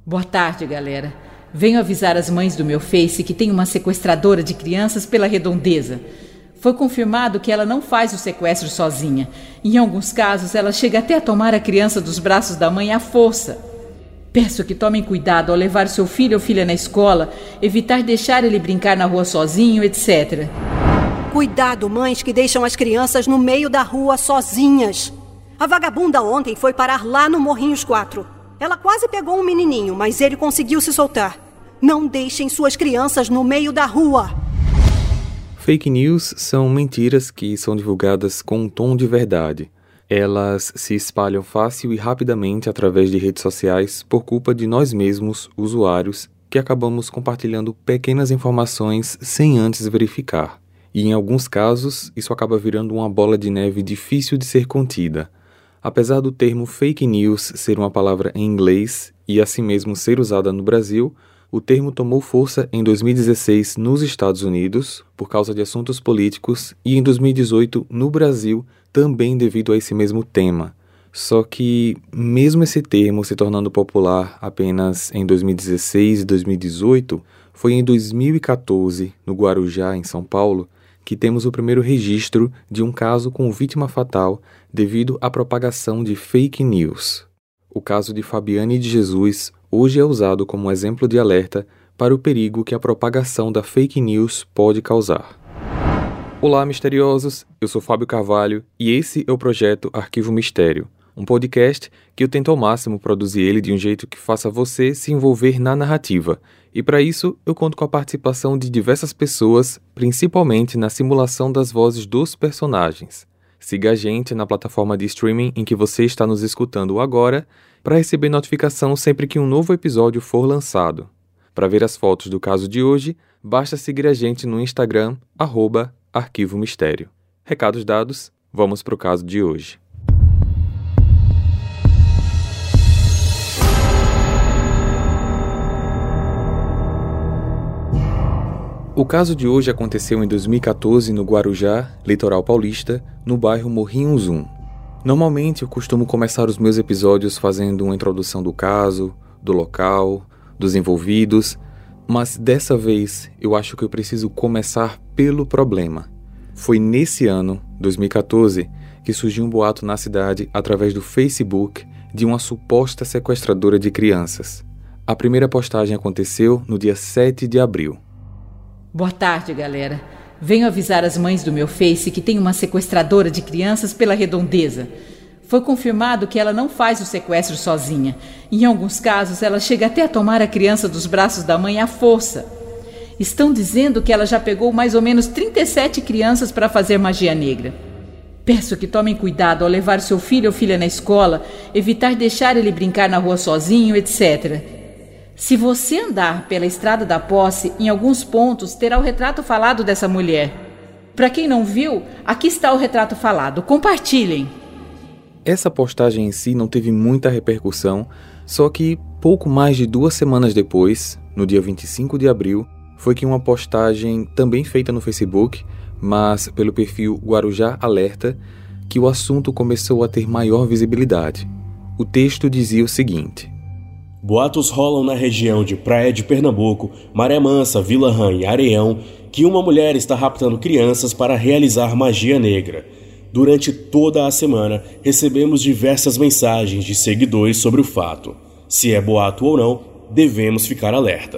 Boa tarde, galera. Venho avisar as mães do meu Face que tem uma sequestradora de crianças pela Redondeza. Foi confirmado que ela não faz o sequestro sozinha. Em alguns casos, ela chega até a tomar a criança dos braços da mãe à força. Peço que tomem cuidado ao levar seu filho ou filha na escola, evitar deixar ele brincar na rua sozinho, etc. Cuidado, mães que deixam as crianças no meio da rua sozinhas. A vagabunda ontem foi parar lá no Morrinhos 4. Ela quase pegou um menininho, mas ele conseguiu se soltar. Não deixem suas crianças no meio da rua. Fake news são mentiras que são divulgadas com um tom de verdade. Elas se espalham fácil e rapidamente através de redes sociais por culpa de nós mesmos, usuários, que acabamos compartilhando pequenas informações sem antes verificar. E em alguns casos, isso acaba virando uma bola de neve difícil de ser contida. Apesar do termo fake news ser uma palavra em inglês e assim mesmo ser usada no Brasil, o termo tomou força em 2016 nos Estados Unidos por causa de assuntos políticos e em 2018 no Brasil também devido a esse mesmo tema. Só que, mesmo esse termo se tornando popular apenas em 2016 e 2018, foi em 2014, no Guarujá, em São Paulo, que temos o primeiro registro de um caso com vítima fatal devido à propagação de fake news. O caso de Fabiane de Jesus hoje é usado como exemplo de alerta para o perigo que a propagação da fake news pode causar. Olá, misteriosos! Eu sou Fábio Carvalho e esse é o projeto Arquivo Mistério, um podcast que eu tento ao máximo produzir ele de um jeito que faça você se envolver na narrativa. E para isso, eu conto com a participação de diversas pessoas, principalmente na simulação das vozes dos personagens. Siga a gente na plataforma de streaming em que você está nos escutando agora para receber notificação sempre que um novo episódio for lançado. Para ver as fotos do caso de hoje, basta seguir a gente no Instagram, @Arquivo Mistério. Recados dados, vamos para o caso de hoje. O caso de hoje aconteceu em 2014 no Guarujá, litoral paulista, no bairro Morrinhos 1. Normalmente eu costumo começar os meus episódios fazendo uma introdução do caso, do local, dos envolvidos, mas dessa vez eu acho que eu preciso começar pelo problema. Foi nesse ano, 2014, que surgiu um boato na cidade através do Facebook de uma suposta sequestradora de crianças. A primeira postagem aconteceu no dia 7 de abril. Boa tarde, galera. Venho avisar as mães do meu Face que tem uma sequestradora de crianças pela Redondeza. Foi confirmado que ela não faz o sequestro sozinha. Em alguns casos, ela chega até a tomar a criança dos braços da mãe à força. Estão dizendo que ela já pegou mais ou menos 37 crianças para fazer magia negra. Peço que tomem cuidado ao levar seu filho ou filha na escola, evitar deixar ele brincar na rua sozinho, etc. Se você andar pela Estrada da Posse, em alguns pontos terá o retrato falado dessa mulher. Para quem não viu, aqui está o retrato falado. Compartilhem! Essa postagem em si não teve muita repercussão, só que pouco mais de 2 semanas depois, no dia 25 de abril, foi que uma postagem também feita no Facebook, mas pelo perfil Guarujá Alerta, que o assunto começou a ter maior visibilidade. O texto dizia o seguinte: boatos rolam na região de Praia de Pernambuco, Maré Mansa, Vila Rã e Areião que uma mulher está raptando crianças para realizar magia negra. Durante toda a semana, recebemos diversas mensagens de seguidores sobre o fato. Se é boato ou não, devemos ficar alerta.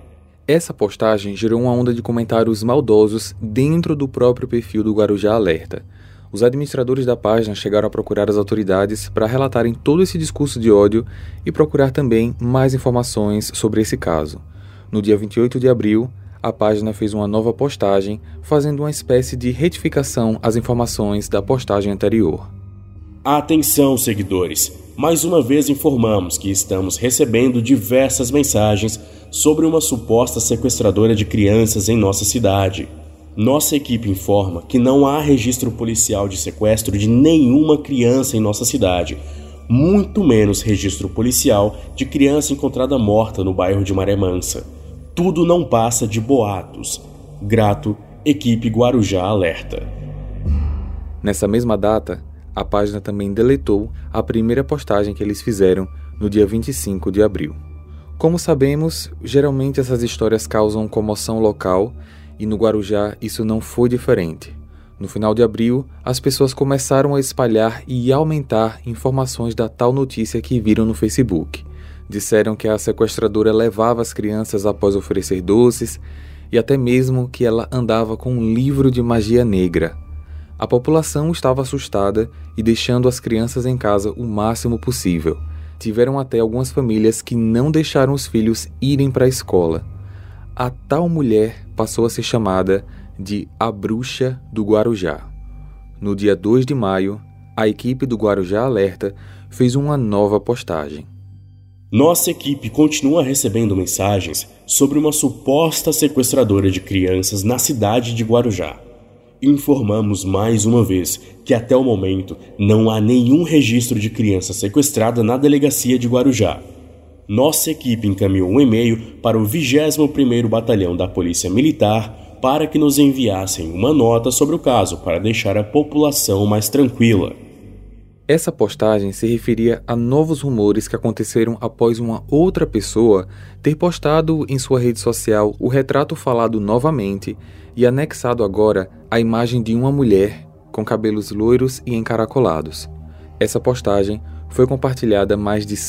Essa postagem gerou uma onda de comentários maldosos dentro do próprio perfil do Guarujá Alerta. Os administradores da página chegaram a procurar as autoridades para relatarem todo esse discurso de ódio e procurar também mais informações sobre esse caso. No dia 28 de abril, a página fez uma nova postagem, fazendo uma espécie de retificação às informações da postagem anterior. Atenção, seguidores! Mais uma vez informamos que estamos recebendo diversas mensagens sobre uma suposta sequestradora de crianças em nossa cidade. Nossa equipe informa que não há registro policial de sequestro de nenhuma criança em nossa cidade, muito menos registro policial de criança encontrada morta no bairro de Maré Mansa. Tudo não passa de boatos. Grato, equipe Guarujá Alerta. Nessa mesma data, a página também deletou a primeira postagem que eles fizeram no dia 25 de abril. Como sabemos, geralmente essas histórias causam comoção local e no Guarujá isso não foi diferente. No final de abril, as pessoas começaram a espalhar e aumentar informações da tal notícia que viram no Facebook. Disseram que a sequestradora levava as crianças após oferecer doces e até mesmo que ela andava com um livro de magia negra. A população estava assustada e deixando as crianças em casa o máximo possível. Tiveram até algumas famílias que não deixaram os filhos irem para a escola. A tal mulher passou a ser chamada de a Bruxa do Guarujá. No dia 2 de maio, a equipe do Guarujá Alerta fez uma nova postagem. Nossa equipe continua recebendo mensagens sobre uma suposta sequestradora de crianças na cidade de Guarujá. Informamos mais uma vez que até o momento não há nenhum registro de criança sequestrada na delegacia de Guarujá. Nossa equipe encaminhou um e-mail para o 21º Batalhão da Polícia Militar para que nos enviassem uma nota sobre o caso para deixar a população mais tranquila. Essa postagem se referia a novos rumores que aconteceram após uma outra pessoa ter postado em sua rede social o retrato falado novamente e anexado agora a imagem de uma mulher com cabelos loiros e encaracolados. Essa postagem foi compartilhada mais de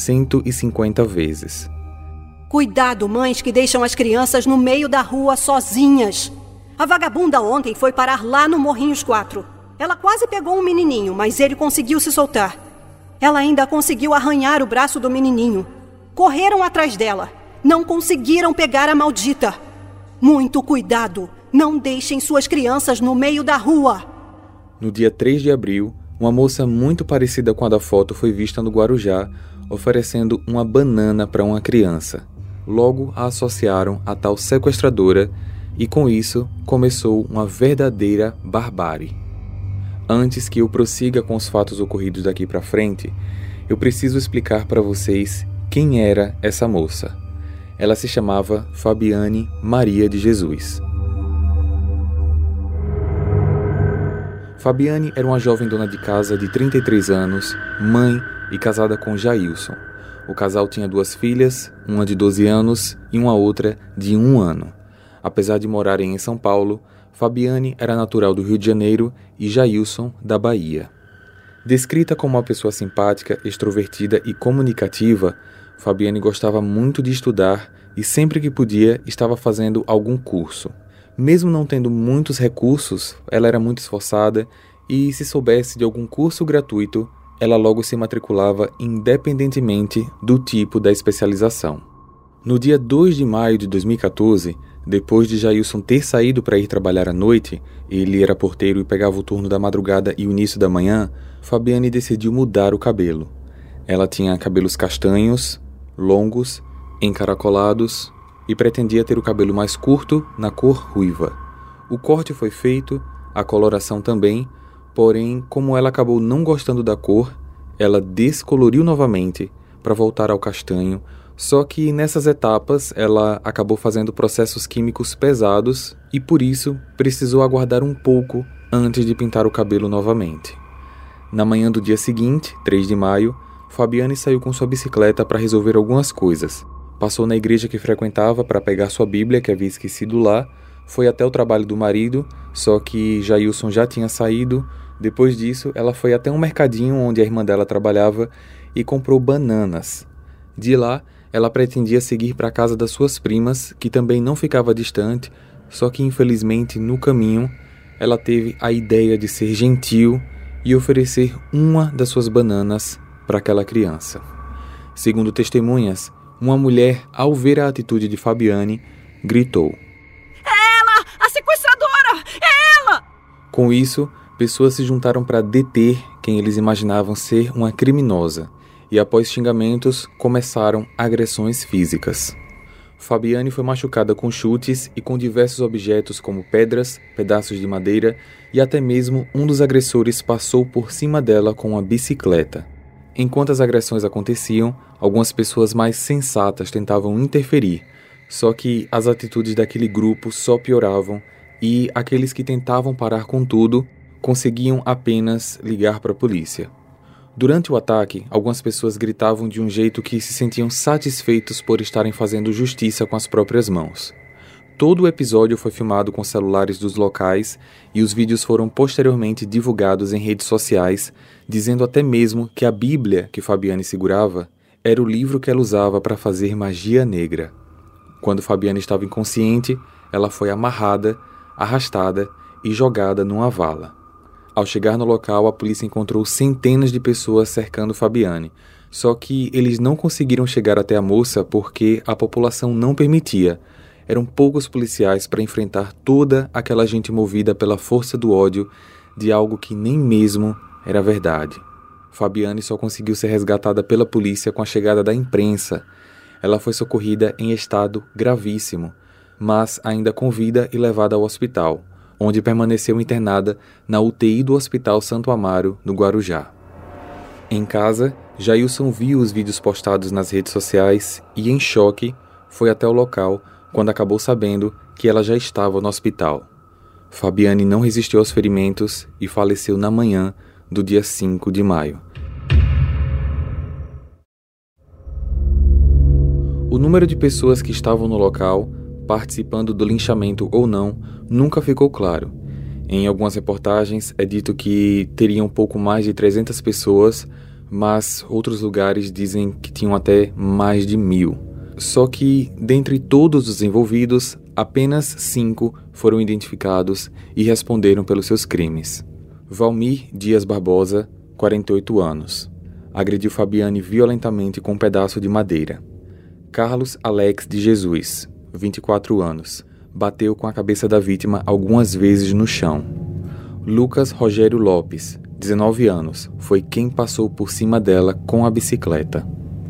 150 vezes. Cuidado, mães que deixam as crianças no meio da rua sozinhas. A vagabunda ontem foi parar lá no Morrinhos 4. Ela quase pegou um menininho, mas ele conseguiu se soltar. Ela ainda conseguiu arranhar o braço do menininho. Correram atrás dela. Não conseguiram pegar a maldita. Muito cuidado. Não deixem suas crianças no meio da rua. No dia 3 de abril, uma moça muito parecida com a da foto foi vista no Guarujá, oferecendo uma banana para uma criança. Logo a associaram a tal sequestradora e com isso começou uma verdadeira barbárie. Antes que eu prossiga com os fatos ocorridos daqui para frente, eu preciso explicar para vocês quem era essa moça. Ela se chamava Fabiane Maria de Jesus. Fabiane era uma jovem dona de casa de 33 anos, mãe e casada com Jailson. O casal tinha 2 filhas, uma de 12 anos e uma outra de 1 ano. Apesar de morarem em São Paulo, Fabiane era natural do Rio de Janeiro e Jailson da Bahia. Descrita como uma pessoa simpática, extrovertida e comunicativa, Fabiane gostava muito de estudar e sempre que podia estava fazendo algum curso. Mesmo não tendo muitos recursos, ela era muito esforçada e, se soubesse de algum curso gratuito, ela logo se matriculava independentemente do tipo da especialização. No dia 2 de maio de 2014, depois de Jailson ter saído para ir trabalhar à noite, ele era porteiro e pegava o turno da madrugada e o início da manhã, Fabiane decidiu mudar o cabelo. Ela tinha cabelos castanhos, longos, encaracolados e pretendia ter o cabelo mais curto na cor ruiva. O corte foi feito, a coloração também, porém, como ela acabou não gostando da cor, ela descoloriu novamente para voltar ao castanho. Só que nessas etapas ela acabou fazendo processos químicos pesados e por isso precisou aguardar um pouco antes de pintar o cabelo novamente. Na manhã do dia seguinte, 3 de maio, Fabiane saiu com sua bicicleta para resolver algumas coisas. Passou na igreja que frequentava para pegar sua Bíblia, que havia esquecido lá, foi até o trabalho do marido, só que Jailson já tinha saído. Depois disso, ela foi até um mercadinho onde a irmã dela trabalhava e comprou bananas. De lá, ela pretendia seguir para a casa das suas primas, que também não ficava distante, só que infelizmente no caminho ela teve a ideia de ser gentil e oferecer uma das suas bananas para aquela criança. Segundo testemunhas, uma mulher, ao ver a atitude de Fabiane, gritou: "É ela! A sequestradora! É ela!" Com isso, pessoas se juntaram para deter quem eles imaginavam ser uma criminosa. E após xingamentos, começaram agressões físicas. Fabiane foi machucada com chutes e com diversos objetos como pedras, pedaços de madeira e até mesmo um dos agressores passou por cima dela com uma bicicleta. Enquanto as agressões aconteciam, algumas pessoas mais sensatas tentavam interferir, só que as atitudes daquele grupo só pioravam e aqueles que tentavam parar com tudo conseguiam apenas ligar para a polícia. Durante o ataque, algumas pessoas gritavam de um jeito que se sentiam satisfeitos por estarem fazendo justiça com as próprias mãos. Todo o episódio foi filmado com celulares dos locais e os vídeos foram posteriormente divulgados em redes sociais, dizendo até mesmo que a Bíblia que Fabiane segurava era o livro que ela usava para fazer magia negra. Quando Fabiane estava inconsciente, ela foi amarrada, arrastada e jogada numa vala. Ao chegar no local, a polícia encontrou centenas de pessoas cercando Fabiane, só que eles não conseguiram chegar até a moça porque a população não permitia. Eram poucos policiais para enfrentar toda aquela gente movida pela força do ódio de algo que nem mesmo era verdade. Fabiane só conseguiu ser resgatada pela polícia com a chegada da imprensa. Ela foi socorrida em estado gravíssimo, mas ainda com vida e levada ao hospital, onde permaneceu internada na UTI do Hospital Santo Amaro, no Guarujá. Em casa, Jailson viu os vídeos postados nas redes sociais e, em choque, foi até o local quando acabou sabendo que ela já estava no hospital. Fabiane não resistiu aos ferimentos e faleceu na manhã do dia 5 de maio. O número de pessoas que estavam no local, participando do linchamento ou não, nunca ficou claro. Em algumas reportagens é dito que teriam um pouco mais de 300 pessoas, mas outros lugares dizem que tinham até mais de 1.000. Só que, dentre todos os envolvidos, apenas 5 foram identificados e responderam pelos seus crimes. Valmir Dias Barbosa, 48 anos. Agrediu Fabiane violentamente com um pedaço de madeira. Carlos Alex de Jesus, 24 anos. Bateu com a cabeça da vítima algumas vezes no chão. Lucas Rogério Lopes, 19 anos. Foi quem passou por cima dela com a bicicleta.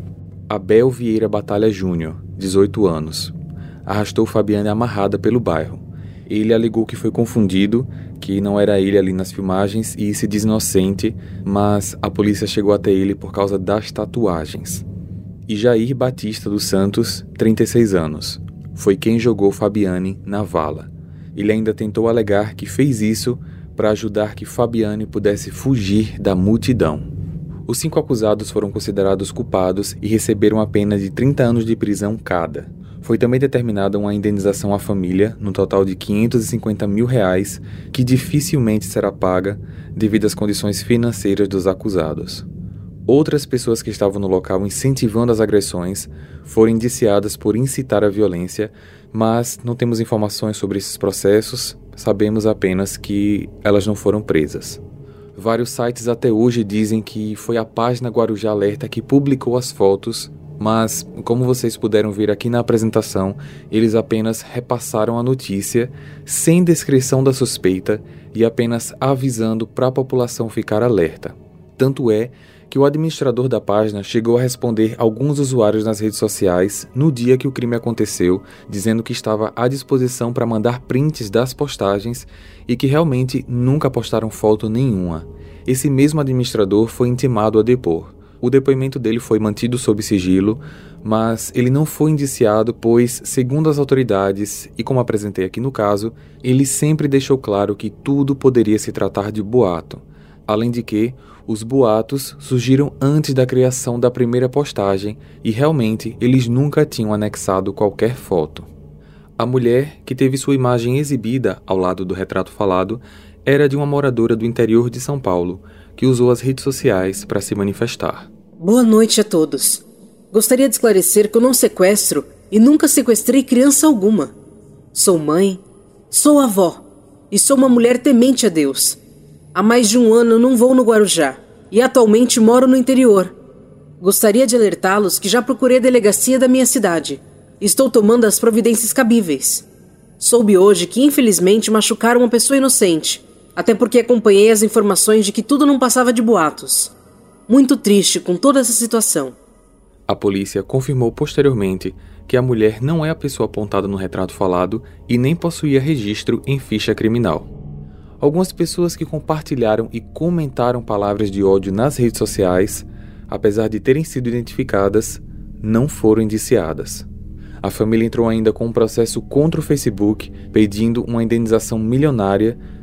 Abel Vieira Batalha Júnior, 18 anos. Arrastou Fabiane amarrada pelo bairro. Ele alegou que foi confundido, que não era ele ali nas filmagens e se diz inocente, mas a polícia chegou até ele por causa das tatuagens. E Jair Batista dos Santos, 36 anos. Foi quem jogou Fabiane na vala. Ele ainda tentou alegar que fez isso para ajudar que Fabiane pudesse fugir da multidão. Os 5 acusados foram considerados culpados e receberam a pena de 30 anos de prisão cada. Foi também determinada uma indenização à família, no total de R$550 mil, que dificilmente será paga devido às condições financeiras dos acusados. Outras pessoas que estavam no local incentivando as agressões foram indiciadas por incitar a violência, mas não temos informações sobre esses processos, sabemos apenas que elas não foram presas. Vários sites até hoje dizem que foi a página Guarujá Alerta que publicou as fotos, mas, como vocês puderam ver aqui na apresentação, eles apenas repassaram a notícia, sem descrição da suspeita e apenas avisando para a população ficar alerta. Tanto é que o administrador da página chegou a responder alguns usuários nas redes sociais no dia que o crime aconteceu, dizendo que estava à disposição para mandar prints das postagens e que realmente nunca postaram foto nenhuma. Esse mesmo administrador foi intimado a depor. O depoimento dele foi mantido sob sigilo, mas ele não foi indiciado, pois, segundo as autoridades, e como apresentei aqui no caso, ele sempre deixou claro que tudo poderia se tratar de boato. Além de que, os boatos surgiram antes da criação da primeira postagem e realmente eles nunca tinham anexado qualquer foto. A mulher, que teve sua imagem exibida ao lado do retrato falado, era de uma moradora do interior de São Paulo, que usou as redes sociais para se manifestar. Boa noite a todos. Gostaria de esclarecer que eu não sequestro e nunca sequestrei criança alguma. Sou mãe, sou avó e sou uma mulher temente a Deus. Há mais de 1 ano não vou no Guarujá e atualmente moro no interior. Gostaria de alertá-los que já procurei a delegacia da minha cidade. Estou tomando as providências cabíveis. Soube hoje que infelizmente machucaram uma pessoa inocente, até porque acompanhei as informações de que tudo não passava de boatos. Muito triste com toda essa situação. A polícia confirmou posteriormente que a mulher não é a pessoa apontada no retrato falado e nem possuía registro em ficha criminal. Algumas pessoas que compartilharam e comentaram palavras de ódio nas redes sociais, apesar de terem sido identificadas, não foram indiciadas. A família entrou ainda com um processo contra o Facebook, pedindo uma indenização milionária,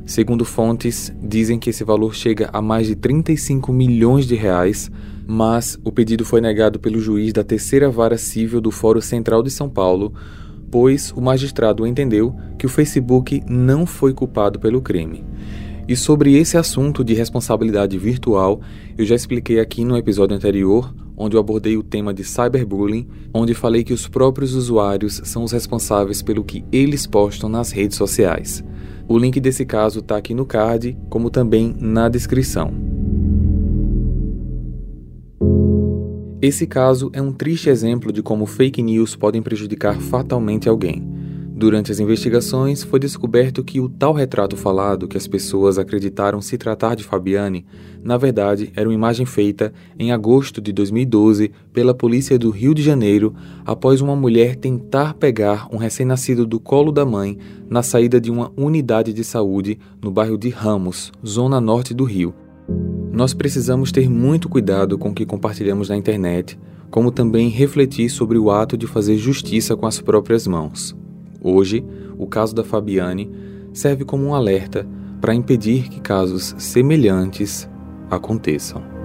Segundo fontes, dizem que esse valor chega a mais de 35 milhões de reais, mas o pedido foi negado pelo juiz da Terceira Vara Civil do Fórum Central de São Paulo, pois o magistrado entendeu que o Facebook não foi culpado pelo crime. E sobre esse assunto de responsabilidade virtual, eu já expliquei aqui no episódio anterior, onde eu abordei o tema de cyberbullying, onde falei que os próprios usuários são os responsáveis pelo que eles postam nas redes sociais. O link desse caso está aqui no card, como também na descrição. Esse caso é um triste exemplo de como fake news podem prejudicar fatalmente alguém. Durante as investigações, foi descoberto que o tal retrato falado que as pessoas acreditaram se tratar de Fabiane, na verdade, era uma imagem feita em agosto de 2012 pela polícia do Rio de Janeiro após uma mulher tentar pegar um recém-nascido do colo da mãe na saída de uma unidade de saúde no bairro de Ramos, zona norte do Rio. Nós precisamos ter muito cuidado com o que compartilhamos na internet, como também refletir sobre o ato de fazer justiça com as próprias mãos. Hoje, o caso da Fabiane serve como um alerta para impedir que casos semelhantes aconteçam.